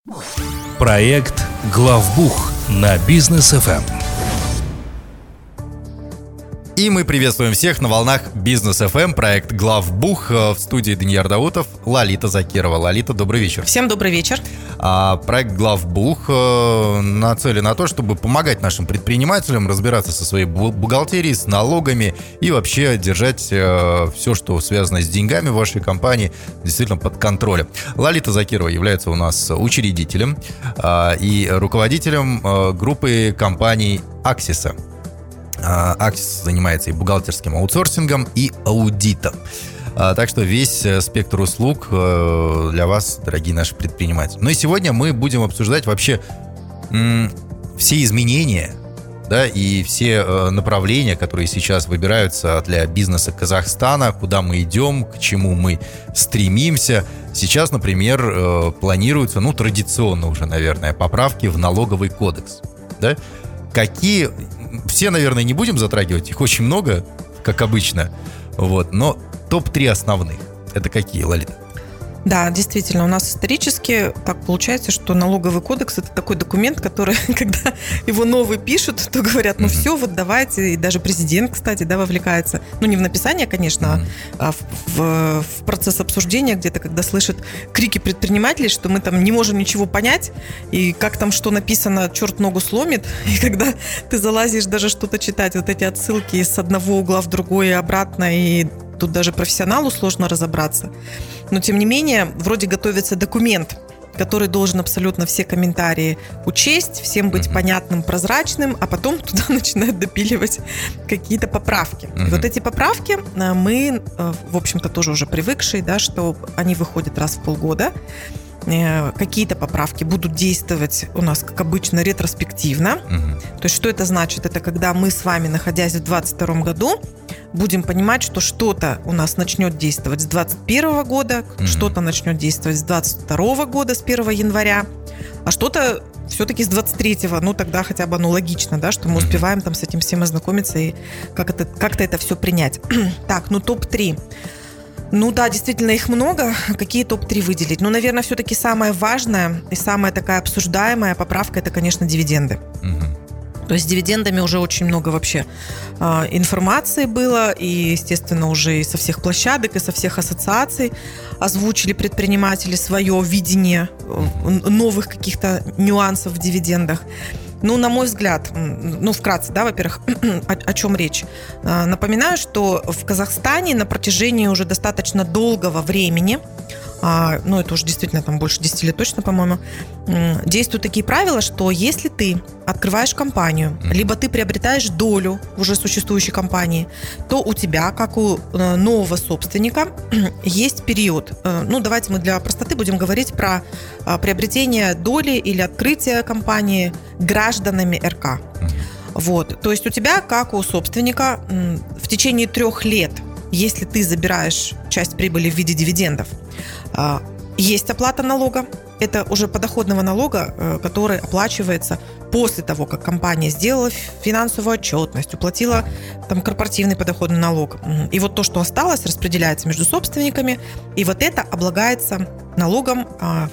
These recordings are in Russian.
Проект «Главбух» на Бизнес ФМ. И мы приветствуем всех на волнах Бизнес ФМ, проект «Главбух». В студии Данияр Даутов, Лолита Закирова. Лолита, добрый вечер. Всем добрый вечер. Проект «Главбух» нацелен на то, чтобы помогать нашим предпринимателям разбираться со своей бухгалтерией, с налогами и вообще держать все, что связано с деньгами в вашей компании, действительно под контролем. Лолита Закирова является у нас учредителем и руководителем группы компаний «Аксиса». Аксис занимается и бухгалтерским аутсорсингом, и аудитом. Так что весь спектр услуг для вас, дорогие наши предприниматели. Ну и сегодня мы будем обсуждать вообще все изменения, да, и все направления, которые сейчас выбираются для бизнеса Казахстана, куда мы идем, к чему мы стремимся. Сейчас, например, планируются, традиционно уже, наверное, поправки в налоговый кодекс. Да? Какие... Все, наверное, не будем затрагивать, их очень много, как обычно, но топ-3 основных. Это какие, Лолита? Да, действительно, у нас исторически так получается, что налоговый кодекс – это такой документ, который, когда его новый пишут, то говорят, все, давайте, и даже президент, кстати, вовлекается, не в написание, конечно, а в процесс обсуждения, где-то, когда слышит крики предпринимателей, что мы там не можем ничего понять, и как там что написано, черт ногу сломит, и когда ты залазишь даже что-то читать, вот эти отсылки с одного угла в другой и обратно, и тут даже профессионалу сложно разобраться. Но, тем не менее, вроде готовится документ, который должен абсолютно все комментарии учесть, всем быть понятным, прозрачным, а потом туда начинают допиливать какие-то поправки. И вот эти поправки мы, в общем-то, тоже уже привыкшие, да, что они выходят раз в полгода. Какие-то поправки будут действовать у нас, как обычно, ретроспективно. То есть, что это значит? Это когда мы с вами, находясь в 2022 году, будем понимать, что что-то у нас начнет действовать с 2021 года, что-то начнет действовать с 2022 года, с 1 января, а что-то все-таки с 23-го, тогда хотя бы логично, да, что мы успеваем там с этим всем ознакомиться и как-то это все принять. Так, топ-3. Да, действительно, их много. Какие топ-3 выделить? Наверное, все-таки самое важное и самая такая обсуждаемая поправка – это, конечно, дивиденды. То есть с дивидендами уже очень много вообще информации было, и, естественно, уже и со всех площадок, и со всех ассоциаций озвучили предприниматели свое видение новых каких-то нюансов в дивидендах. На мой взгляд, вкратце, да, во-первых, о чем речь. Напоминаю, что в Казахстане на протяжении уже достаточно долгого времени, это уже действительно там больше 10 лет точно, по-моему, действуют такие правила, что если ты открываешь компанию, либо ты приобретаешь долю в уже существующей компании, то у тебя, как у нового собственника, есть период. Давайте мы для простоты будем говорить про приобретение доли или открытие компании гражданами РК. То есть у тебя, как у собственника, в течение 3 лет, если ты забираешь часть прибыли в виде дивидендов, есть оплата налога. Это уже подоходного налога, который оплачивается после того, как компания сделала финансовую отчетность, уплатила там корпоративный подоходный налог. И то, что осталось, распределяется между собственниками, и это облагается налогом в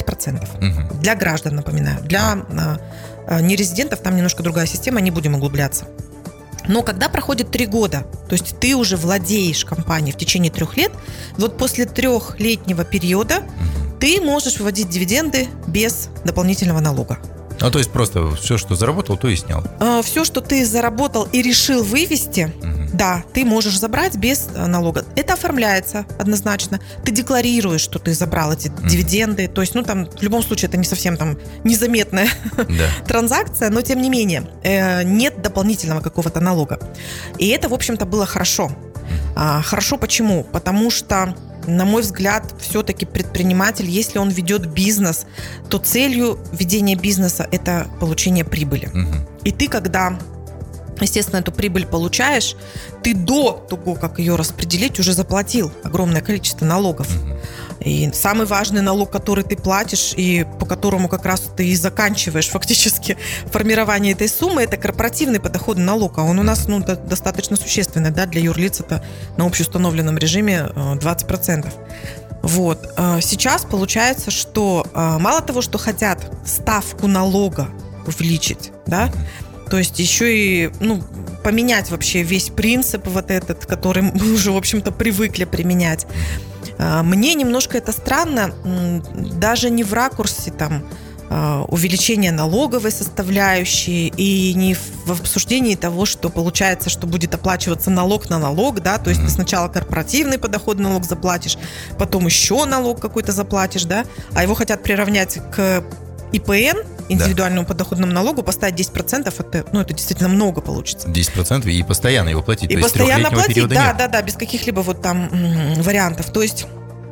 5%. Для граждан, напоминаю. Для нерезидентов там немножко другая система, не будем углубляться. Но когда проходит 3 года, то есть ты уже владеешь компанией в течение 3 лет, после 3-летнего периода ты можешь выводить дивиденды без дополнительного налога. То есть просто все, что заработал, то и снял? Все, что ты заработал и решил вывести, да, ты можешь забрать без налога. Это оформляется однозначно. Ты декларируешь, что ты забрал эти дивиденды. То есть, в любом случае, это не совсем незаметная транзакция, но тем не менее, нет дополнительного какого-то налога. И это, в общем-то, было хорошо. Хорошо почему? Потому что, на мой взгляд, все-таки предприниматель, если он ведет бизнес, то целью ведения бизнеса – это получение прибыли. И ты, когда, естественно, эту прибыль получаешь, ты до того, как ее распределить, уже заплатил огромное количество налогов. И самый важный налог, который ты платишь, и по которому как раз ты и заканчиваешь фактически формирование этой суммы, это корпоративный подоходный налог. А он у нас достаточно существенный, да, для юрлиц это на общеустановленном режиме 20%. Вот. Сейчас получается, что мало того, что хотят ставку налога увеличить, да, то есть еще и поменять вообще весь принцип вот этот, который мы уже, в общем-то, привыкли применять. Мне немножко это странно, даже не в ракурсе там увеличения налоговой составляющей и не в обсуждении того, что получается, что будет оплачиваться налог на налог, да, то есть ты сначала корпоративный подоходный налог заплатишь, потом еще налог какой-то заплатишь, да, а его хотят приравнять к ИПН, индивидуальному подоходному налогу, поставить 10%, это действительно много получится. 10% и постоянно его платить. И то постоянно есть платить, нет. да, без каких-либо вот там вариантов. То есть,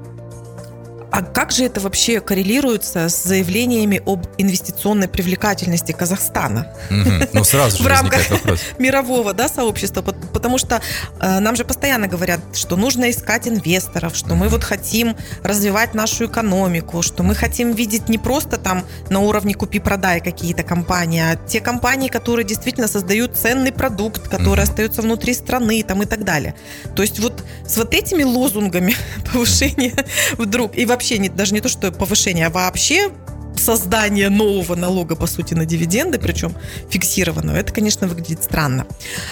а как же это вообще коррелируется с заявлениями об инвестиционной привлекательности Казахстана? Сразу же в рамках возникает вопрос. Мирового, да, сообщества, потому что нам же постоянно говорят, что нужно искать инвесторов, что мы вот хотим развивать нашу экономику, что мы хотим видеть не просто там на уровне купи-продай какие-то компании, а те компании, которые действительно создают ценный продукт, который остается внутри страны там, и так далее. То есть вот с вот этими лозунгами повышения вдруг, и вообще даже не то, что повышение, а вообще создание нового налога, по сути, на дивиденды, причем фиксированного, это, конечно, выглядит странно.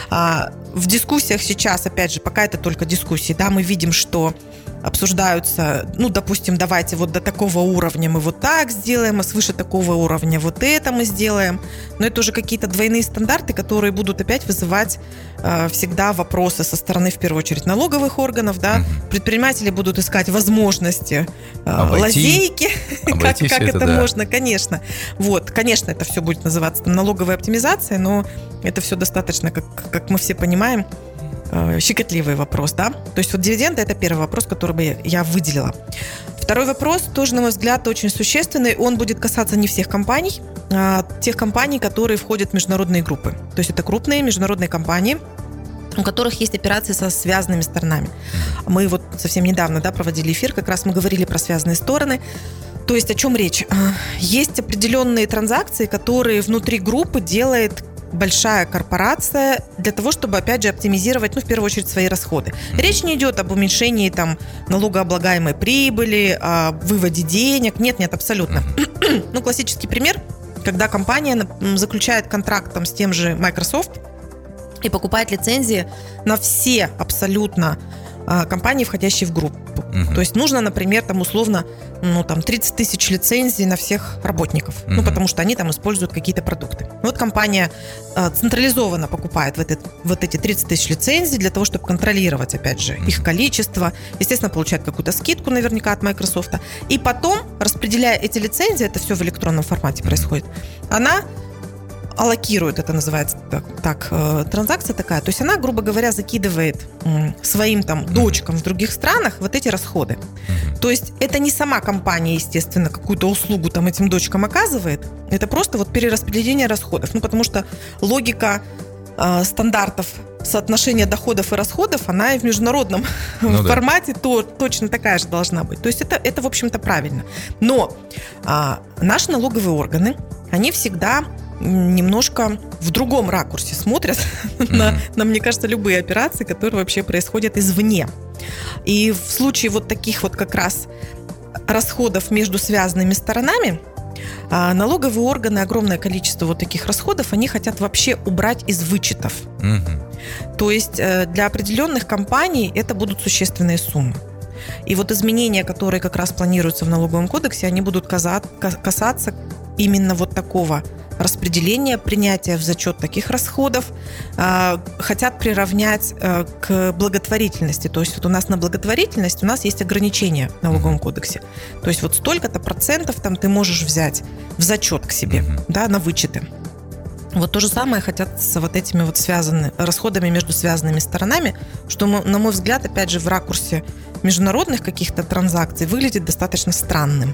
В дискуссиях сейчас, опять же, пока это только дискуссии, да, мы видим, что обсуждаются, допустим, давайте вот до такого уровня мы вот так сделаем, а свыше такого уровня вот это мы сделаем. Но это уже какие-то двойные стандарты, которые будут опять вызывать всегда вопросы со стороны, в первую очередь, налоговых органов, да. Предприниматели будут искать возможности, лазейки, как это можно, конечно. Вот, конечно, это все будет называться налоговой оптимизацией, но это все достаточно, как мы все понимаем, щекотливый вопрос, да? То есть вот дивиденды – это первый вопрос, который бы я выделила. Второй вопрос, тоже, на мой взгляд, очень существенный. Он будет касаться не всех компаний, а тех компаний, которые входят в международные группы. То есть это крупные международные компании, у которых есть операции со связанными сторонами. Мы вот совсем недавно, да, проводили эфир, как раз мы говорили про связанные стороны. То есть о чем речь? Есть определенные транзакции, которые внутри группы делает большая корпорация для того, чтобы, опять же, оптимизировать, в первую очередь, свои расходы. Речь не идет об уменьшении там налогооблагаемой прибыли, о выводе денег. Нет, абсолютно. Классический пример, когда компания заключает контракт там с тем же Microsoft и покупает лицензии на все абсолютно компании, входящие в группу. То есть нужно, например, там условно 30 тысяч лицензий на всех работников, потому что они там используют какие-то продукты. Вот компания централизованно покупает вот эти 30 тысяч лицензий для того, чтобы контролировать, опять же, их количество. Естественно, получает какую-то скидку наверняка от Microsoft. И потом, распределяя эти лицензии, это все в электронном формате происходит, она аллокирует, это называется так, транзакция такая. То есть она, грубо говоря, закидывает своим там дочкам в других странах вот эти расходы. То есть это не сама компания, естественно, какую-то услугу там этим дочкам оказывает. Это просто вот перераспределение расходов. Потому что логика стандартов соотношения доходов и расходов, она и в международном формате точно такая же должна быть. То есть это в общем-то, правильно. Но наши налоговые органы, они всегда немножко в другом ракурсе смотрят на, мне кажется, любые операции, которые вообще происходят извне. И в случае вот таких вот как раз расходов между связанными сторонами, налоговые органы, огромное количество вот таких расходов, они хотят вообще убрать из вычетов. То есть для определенных компаний это будут существенные суммы. И вот изменения, которые как раз планируются в налоговом кодексе, они будут касаться именно вот такого распределения, принятия в зачет таких расходов, хотят приравнять к благотворительности. То есть вот у нас на благотворительность у нас есть ограничения в налоговом кодексе. То есть вот столько-то процентов там ты можешь взять в зачет к себе, да, на вычеты. Вот то же самое хотят с вот этими вот расходами между связанными сторонами, что, на мой взгляд, опять же, в ракурсе международных каких-то транзакций выглядит достаточно странным.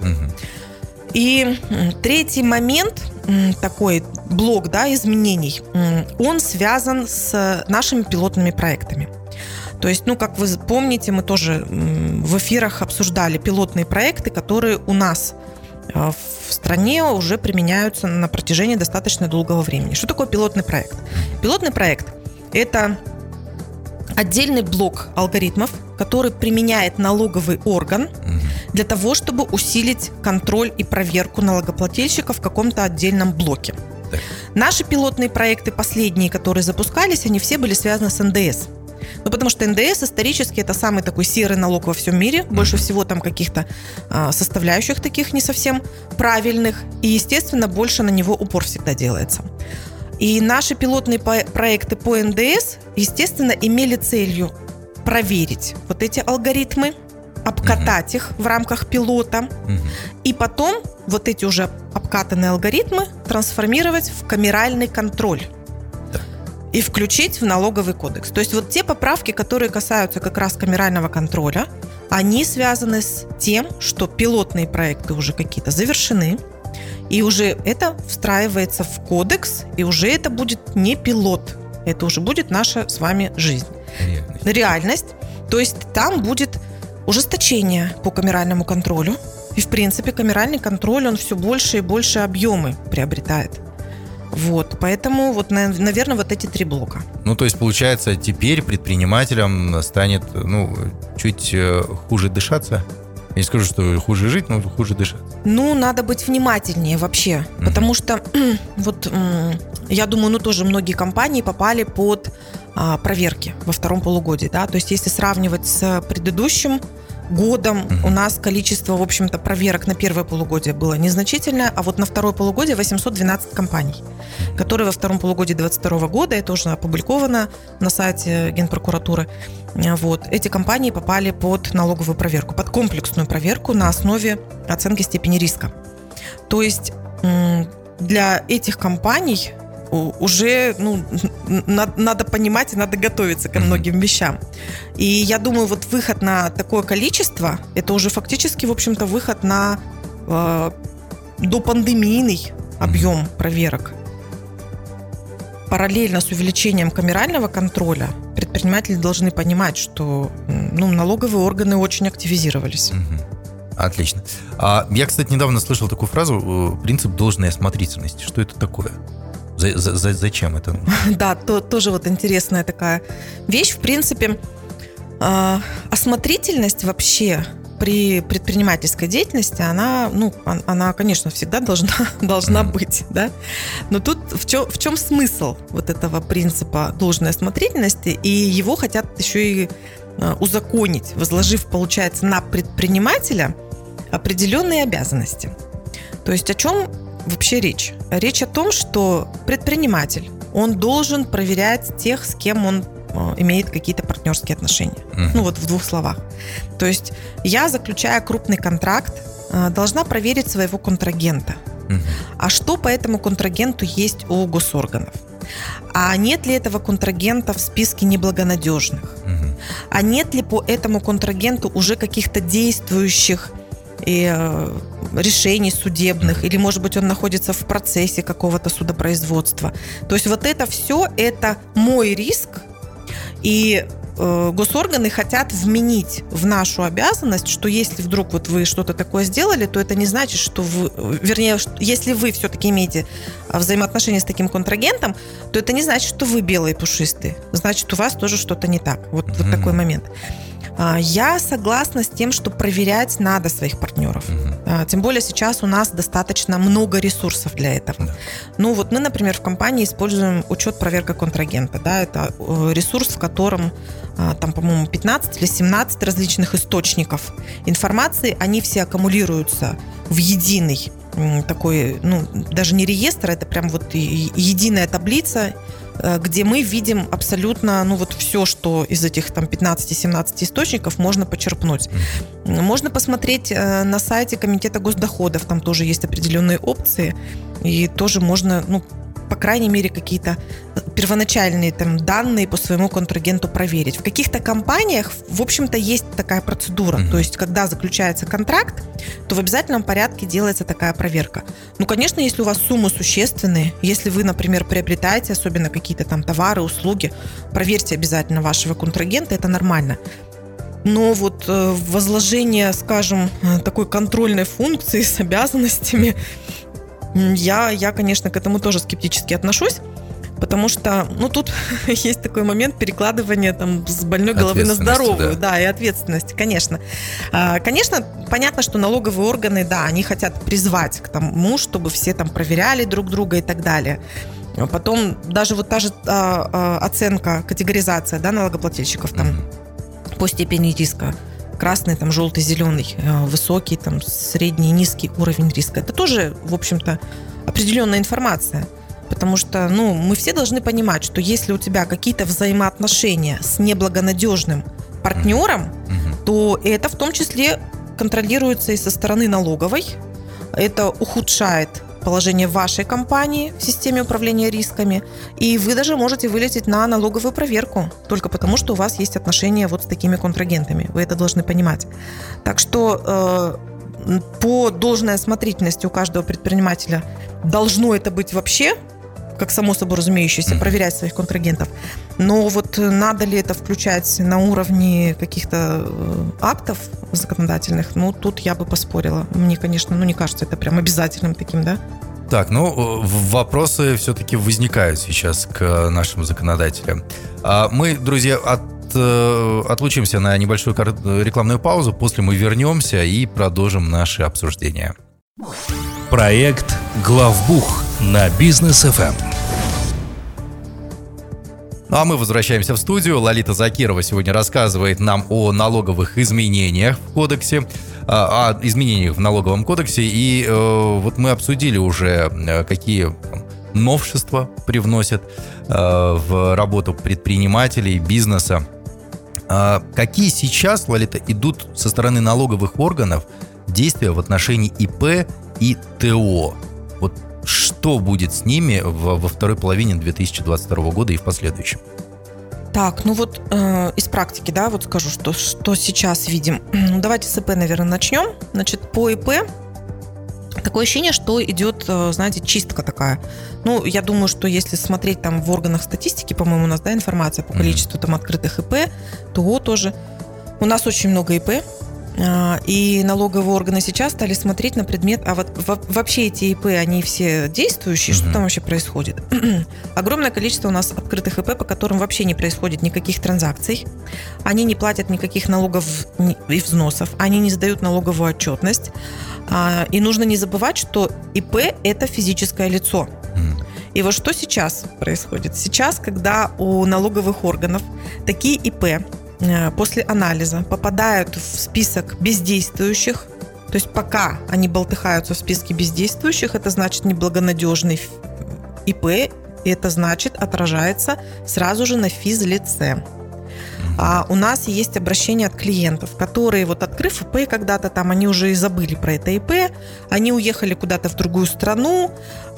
И третий момент, такой блок, да, изменений, он связан с нашими пилотными проектами. То есть, как вы помните, мы тоже в эфирах обсуждали пилотные проекты, которые у нас в стране уже применяются на протяжении достаточно долгого времени. Что такое пилотный проект? Пилотный проект – это отдельный блок алгоритмов, который применяет налоговый орган для того, чтобы усилить контроль и проверку налогоплательщика в каком-то отдельном блоке. Так. Наши пилотные проекты, последние, которые запускались, они все были связаны с НДС. Ну, потому что НДС исторически это самый такой серый налог во всем мире. Больше всего там каких-то составляющих таких не совсем правильных. И, естественно, больше на него упор всегда делается. И наши пилотные проекты по НДС, естественно, имели целью проверить вот эти алгоритмы, обкатать их в рамках пилота, и потом вот эти уже обкатанные алгоритмы трансформировать в камеральный контроль и включить в налоговый кодекс. То есть вот те поправки, которые касаются как раз камерального контроля, они связаны с тем, что пилотные проекты уже какие-то завершены, и уже это встраивается в кодекс, и уже это будет не пилот, это уже будет наша с вами жизнь. Реальность. То есть там будет ужесточение по камеральному контролю, и в принципе камеральный контроль, он все больше и больше объемы приобретает. Вот, поэтому вот, наверное, вот эти 3 блока. Ну, то есть, получается, теперь предпринимателям станет, чуть хуже дышаться? Я не скажу, что хуже жить, но хуже дышать. Ну, надо быть внимательнее вообще, потому что вот я думаю, тоже многие компании попали под проверки во втором полугодии, да, то есть если сравнивать с предыдущим годом, у нас количество, в общем-то, проверок на первое полугодие было незначительное, а вот на второе полугодие 812 компаний, которые во втором полугодии 2022 года, это уже опубликовано на сайте Генпрокуратуры, вот, эти компании попали под налоговую проверку, под комплексную проверку на основе оценки степени риска. То есть для этих компаний уже надо понимать и надо готовиться ко многим вещам. И я думаю, вот выход на такое количество, это уже фактически, в общем-то, выход на допандемийный объем проверок. Параллельно с увеличением камерального контроля предприниматели должны понимать, что налоговые органы очень активизировались. Отлично. Я, кстати, недавно слышал такую фразу: принцип должной осмотрительности. Что это такое? Зачем это нужно? Да, тоже вот интересная такая вещь. В принципе, осмотрительность вообще при предпринимательской деятельности, она, конечно, всегда должна быть, да. Но тут в чем смысл вот этого принципа должной осмотрительности? И его хотят еще и узаконить, возложив, получается, на предпринимателя определенные обязанности. То есть о чем вообще речь? Речь о том, что предприниматель, он должен проверять тех, с кем он имеет какие-то партнерские отношения. Вот в 2 словах. То есть я, заключая крупный контракт, должна проверить своего контрагента. А что по этому контрагенту есть у госорганов? А нет ли этого контрагента в списке неблагонадежных? А нет ли по этому контрагенту уже каких-то действующих решений судебных, или, может быть, он находится в процессе какого-то судопроизводства. То есть вот это все, это мой риск, и госорганы хотят вменить в нашу обязанность, что если вдруг вот вы что-то такое сделали, то это не значит, что если вы все-таки имеете взаимоотношения с таким контрагентом, то это не значит, что вы белые пушистые. Значит, у вас тоже что-то не так. Вот такой момент. Я согласна с тем, что проверять надо своих партнеров. Тем более сейчас у нас достаточно много ресурсов для этого. Вот мы, например, в компании используем учет проверка контрагента. Да, это ресурс, в котором там, по-моему, 15 или 17 различных источников информации. Они все аккумулируются в единый такой, даже не реестр, это прям вот единая таблица, где мы видим абсолютно, все, что из этих там 15-17 источников можно почерпнуть. Можно посмотреть на сайте Комитета госдоходов, там тоже есть определенные опции, и тоже можно, по крайней мере, какие-то первоначальные там данные по своему контрагенту проверить. В каких-то компаниях, в общем-то, есть такая процедура. То есть, когда заключается контракт, то в обязательном порядке делается такая проверка. Конечно, если у вас суммы существенные, если вы, например, приобретаете особенно какие-то там товары, услуги, проверьте обязательно вашего контрагента, это нормально. Но вот возложение, скажем, такой контрольной функции с обязанностями, я, конечно, к этому тоже скептически отношусь. Потому что, тут есть такой момент перекладывания там с больной головы на здоровую, да, и ответственности, конечно. Конечно, понятно, что налоговые органы, да, они хотят призвать к тому, чтобы все там проверяли друг друга и так далее. Потом даже вот та же оценка, категоризация, да, налогоплательщиков там по степени риска. Красный, там, желтый, зеленый, высокий, там, средний, низкий уровень риска. Это тоже, в общем-то, определенная информация. Потому что, мы все должны понимать, что если у тебя какие-то взаимоотношения с неблагонадежным партнером, то это в том числе контролируется и со стороны налоговой. Это ухудшает положение вашей компании в системе управления рисками, и вы даже можете вылететь на налоговую проверку только потому, что у вас есть отношения вот с такими контрагентами. Вы это должны понимать. Так что по должной осмотрительности у каждого предпринимателя должно это быть вообще, как само собой разумеющееся, проверять своих контрагентов. Но вот надо ли это включать на уровне каких-то актов законодательных, тут я бы поспорила. Мне, конечно, не кажется это прям обязательным таким, да? Так, вопросы все-таки возникают сейчас к нашим законодателям. Мы, друзья, отлучимся на небольшую рекламную паузу, после мы вернемся и продолжим наше обсуждение. Проект «Главбух» на Бизнес FM. А мы возвращаемся в студию. Лолита Закирова сегодня рассказывает нам о налоговых изменениях в кодексе, о изменениях в налоговом кодексе. И вот мы обсудили уже, какие новшества привносят в работу предпринимателей, бизнеса. Какие сейчас, Лолита, идут со стороны налоговых органов действия в отношении ИП и ТО? Вот что будет с ними во второй половине 2022 года и в последующем? Так, из практики, да, вот скажу, что сейчас видим. Давайте с ИП, наверное, начнем. Значит, по ИП такое ощущение, что идет, знаете, чистка такая. Я думаю, что если смотреть там в органах статистики, по-моему, у нас, да, информация по количеству там открытых ИП, ТО тоже. У нас очень много ИП. И налоговые органы сейчас стали смотреть на предмет, а вот вообще эти ИП, они все действующие, что там вообще происходит? Огромное количество у нас открытых ИП, по которым вообще не происходит никаких транзакций, они не платят никаких налогов и взносов, они не сдают налоговую отчетность. И нужно не забывать, что ИП – это физическое лицо. И вот что сейчас происходит? Сейчас, когда у налоговых органов такие ИП после анализа попадают в список бездействующих, то есть пока они болтыхаются в списке бездействующих, это значит неблагонадежный ИП, и это значит отражается сразу же на физлице. А у нас есть обращения от клиентов, которые, вот открыв ИП когда-то там, они уже и забыли про это ИП, они уехали куда-то в другую страну,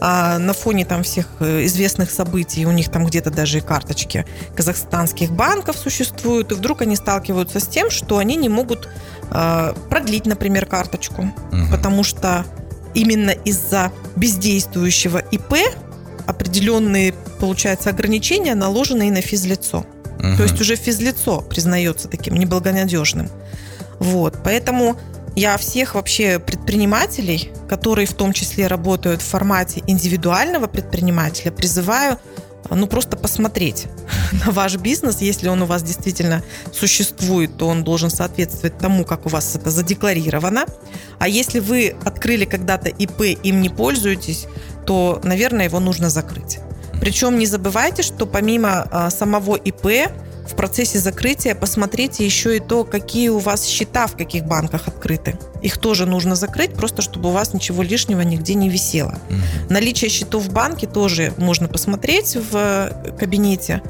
на фоне там всех известных событий, у них там где-то даже и карточки казахстанских банков существуют, и вдруг они сталкиваются с тем, что они не могут продлить, например, карточку, потому что именно из-за бездействующего ИП определенные, получается, ограничения наложены и на физлицо. То есть уже физлицо признается таким неблагонадежным. Вот. Поэтому я всех вообще предпринимателей, которые в том числе работают в формате индивидуального предпринимателя, призываю просто посмотреть на ваш бизнес. Если он у вас действительно существует, то он должен соответствовать тому, как у вас это задекларировано. А если вы открыли когда-то ИП, им не пользуетесь, то, наверное, его нужно закрыть. Причем не забывайте, что помимо самого ИП в процессе закрытия посмотрите еще и то, какие у вас счета в каких банках открыты. Их тоже нужно закрыть, просто чтобы у вас ничего лишнего нигде не висело. Наличие счетов в банке тоже можно посмотреть в кабинете.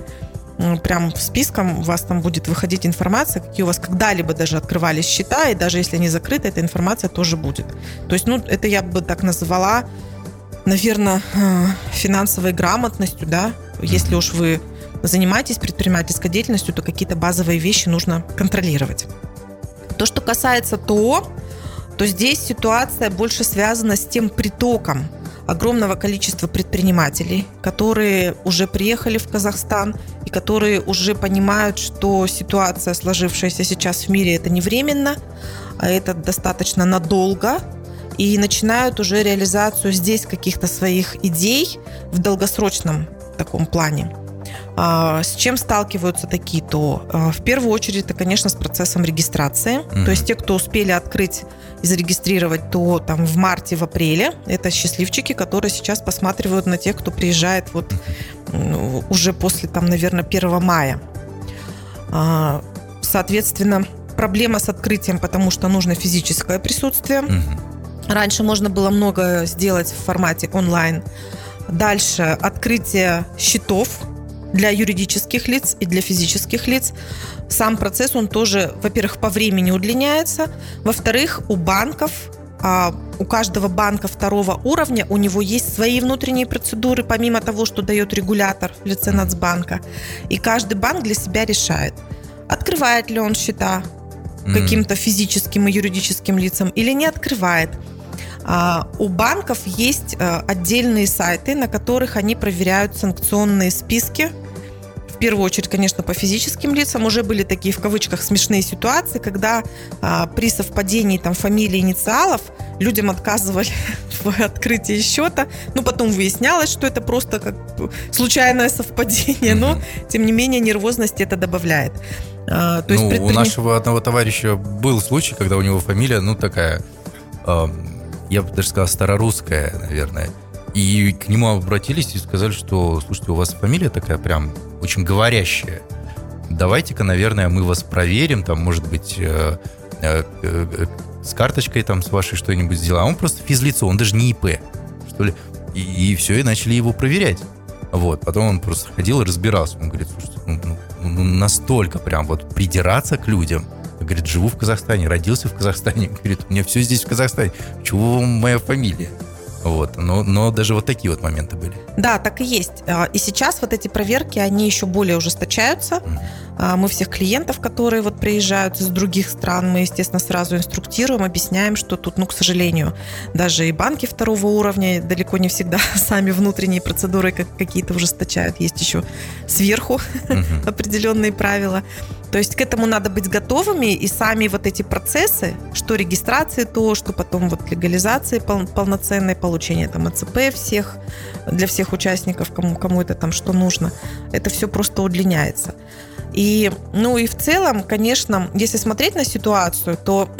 Прям списком у вас там будет выходить информация, какие у вас когда-либо даже открывались счета, и даже если они закрыты, эта информация тоже будет. То есть, это я бы так назвала, наверное, финансовой грамотностью, да. Если уж вы занимаетесь предпринимательской деятельностью, то какие-то базовые вещи нужно контролировать. То, что касается ТО, то здесь ситуация больше связана с тем притоком огромного количества предпринимателей, которые уже приехали в Казахстан и которые уже понимают, что ситуация, сложившаяся сейчас в мире, это не временно, а это достаточно надолго, и начинают уже реализацию здесь каких-то своих идей в долгосрочном таком плане. С чем сталкиваются такие, то в первую очередь это, конечно, с процессом регистрации. То есть те, кто успели открыть и зарегистрировать, то там в марте, в апреле, это счастливчики, которые сейчас посматривают на тех, кто приезжает вот уже после, там, наверное, 1 мая. Соответственно, проблема с открытием, потому что нужно физическое присутствие. Раньше можно было много сделать в формате онлайн. Дальше открытие счетов для юридических лиц и для физических лиц. Сам процесс, он тоже, во-первых, по времени удлиняется. Во-вторых, у банков, у каждого банка 2 уровня, у него есть свои внутренние процедуры, помимо того, что дает регулятор в лице Нацбанка. И каждый банк для себя решает, открывает ли он счета каким-то физическим и юридическим лицам или не открывает. У банков есть отдельные сайты, на которых они проверяют санкционные списки. В первую очередь, конечно, по физическим лицам. Уже были такие, в кавычках, смешные ситуации, когда при совпадении там, фамилий, инициалов людям отказывали в открытии счета. Потом выяснялось, что это просто как случайное совпадение, но, тем не менее, нервозности это добавляет. У нашего одного товарища был случай, когда у него фамилия, такая... я бы даже сказал, старорусская, наверное. И к нему обратились и сказали, что, слушайте, у вас фамилия такая прям очень говорящая. Давайте-ка, наверное, мы вас проверим, там, может быть, с карточкой там с вашей что-нибудь сделаем. А он просто физлицо, он даже не ИП, что ли. И все, и начали его проверять. Вот, потом он просто ходил и разбирался. Он говорит, слушайте, настолько прям вот придираться к людям. Говорит, живу в Казахстане, родился в Казахстане. Говорит, у меня все здесь в Казахстане. Чего моя фамилия? Вот. Но даже вот такие вот моменты были. Да, так и есть. И сейчас вот эти проверки, они еще более ужесточаются. Мы всех клиентов, которые вот приезжают из других стран, мы, естественно, сразу инструктируем, объясняем, что тут, к сожалению, даже и банки 2 уровня далеко не всегда сами внутренние процедуры какие-то ужесточают. Есть еще сверху определенные правила. То есть к этому надо быть готовыми, и сами вот эти процессы, что регистрации, то, что потом вот легализации полноценной, получение там АЦП для всех участников, кому это там что нужно, это все просто удлиняется. И в целом, конечно, если смотреть на ситуацию, то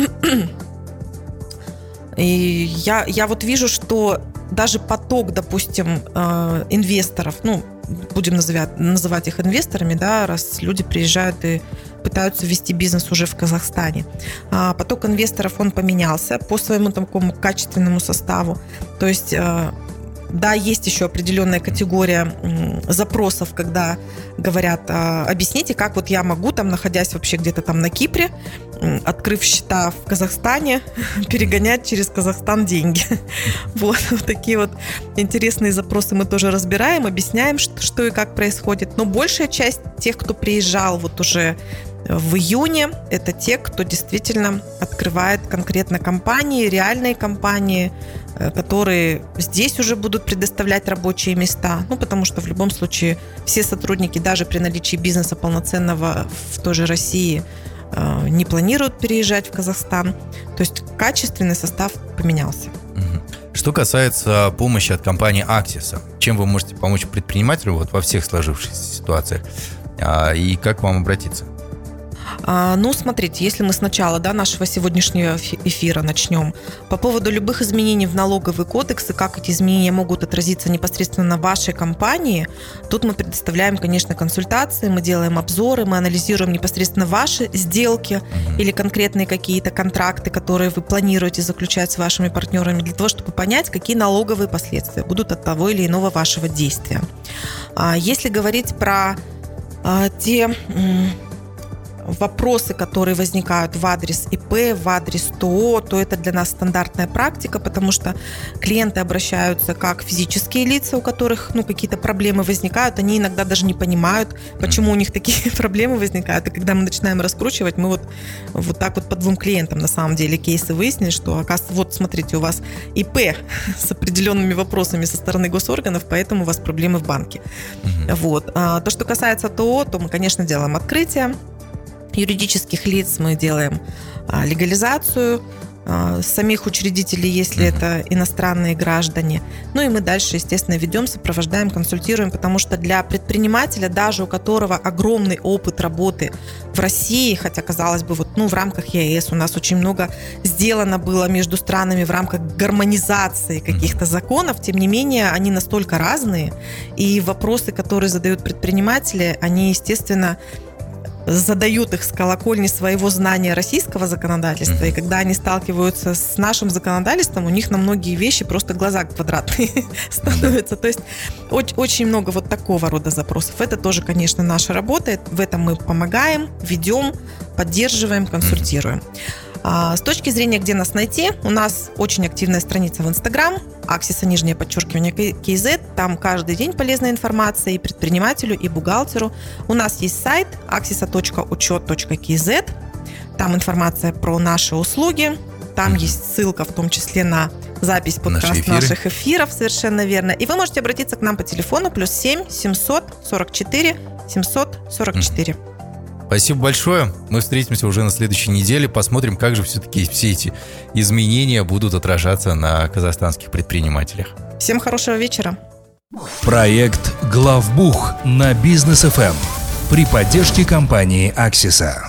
я вот вижу, что даже поток, допустим, инвесторов, будем называть их инвесторами, да, раз люди приезжают и пытаются вести бизнес уже в Казахстане. Поток инвесторов, он поменялся по своему такому качественному составу. То есть, да, есть еще определенная категория запросов, когда говорят, объясните, как вот я могу, там, находясь вообще где-то там на Кипре, открыв счета в Казахстане, перегонять через Казахстан деньги. Вот такие вот интересные запросы мы тоже разбираем, объясняем, что и как происходит. Но большая часть тех, кто приезжал вот уже в июне, это те, кто действительно открывает конкретно компании, реальные компании, которые здесь уже будут предоставлять рабочие места. Потому что в любом случае все сотрудники, даже при наличии бизнеса полноценного в той же России, не планируют переезжать в Казахстан. То есть качественный состав поменялся. Что касается помощи от компании Actis, чем вы можете помочь предпринимателю вот во всех сложившихся ситуациях? И как к вам обратиться? Смотрите, если мы сначала нашего сегодняшнего эфира начнем. По поводу любых изменений в налоговый кодекс и как эти изменения могут отразиться непосредственно на вашей компании, тут мы предоставляем, конечно, консультации, мы делаем обзоры, мы анализируем непосредственно ваши сделки или конкретные какие-то контракты, которые вы планируете заключать с вашими партнерами, для того, чтобы понять, какие налоговые последствия будут от того или иного вашего действия. Если говорить про те вопросы, которые возникают в адрес ИП, в адрес ТО, то это для нас стандартная практика, потому что клиенты обращаются как физические лица, у которых какие-то проблемы возникают, они иногда даже не понимают, почему у них такие проблемы возникают. И когда мы начинаем раскручивать, мы вот так вот по 2 клиентам на самом деле кейсы выяснили, что, оказывается, вот смотрите, у вас ИП с определенными вопросами со стороны госорганов, поэтому у вас проблемы в банке. Вот. То, что касается ТО, то мы, конечно, делаем открытие. Юридических лиц мы делаем легализацию, самих учредителей, если это иностранные граждане. Ну и мы дальше, естественно, ведем, сопровождаем, консультируем, потому что для предпринимателя, даже у которого огромный опыт работы в России, хотя, казалось бы, в рамках ЕАЭС у нас очень много сделано было между странами в рамках гармонизации каких-то законов, тем не менее, они настолько разные, и вопросы, которые задают предприниматели, они, естественно, задают их с колокольни своего знания российского законодательства, и когда они сталкиваются с нашим законодательством, у них на многие вещи просто глаза квадратные становятся. То есть очень много вот такого рода запросов. Это тоже, конечно, наша работа. В этом мы помогаем, ведем, поддерживаем, консультируем. С точки зрения, где нас найти, у нас очень активная страница в Инстаграм, _KZ. Там каждый день полезная информация и предпринимателю, и бухгалтеру. У нас есть сайт axisa.учет.kz. Там информация про наши услуги. Там есть ссылка, в том числе на запись подкаста наших эфиров, совершенно верно. И вы можете обратиться к нам по телефону +7 744 744. Спасибо большое. Мы встретимся уже на следующей неделе. Посмотрим, как же все-таки все эти изменения будут отражаться на казахстанских предпринимателях. Всем хорошего вечера. Проект «Главбух» на Бизнес ФМ при поддержке компании «Аксиса».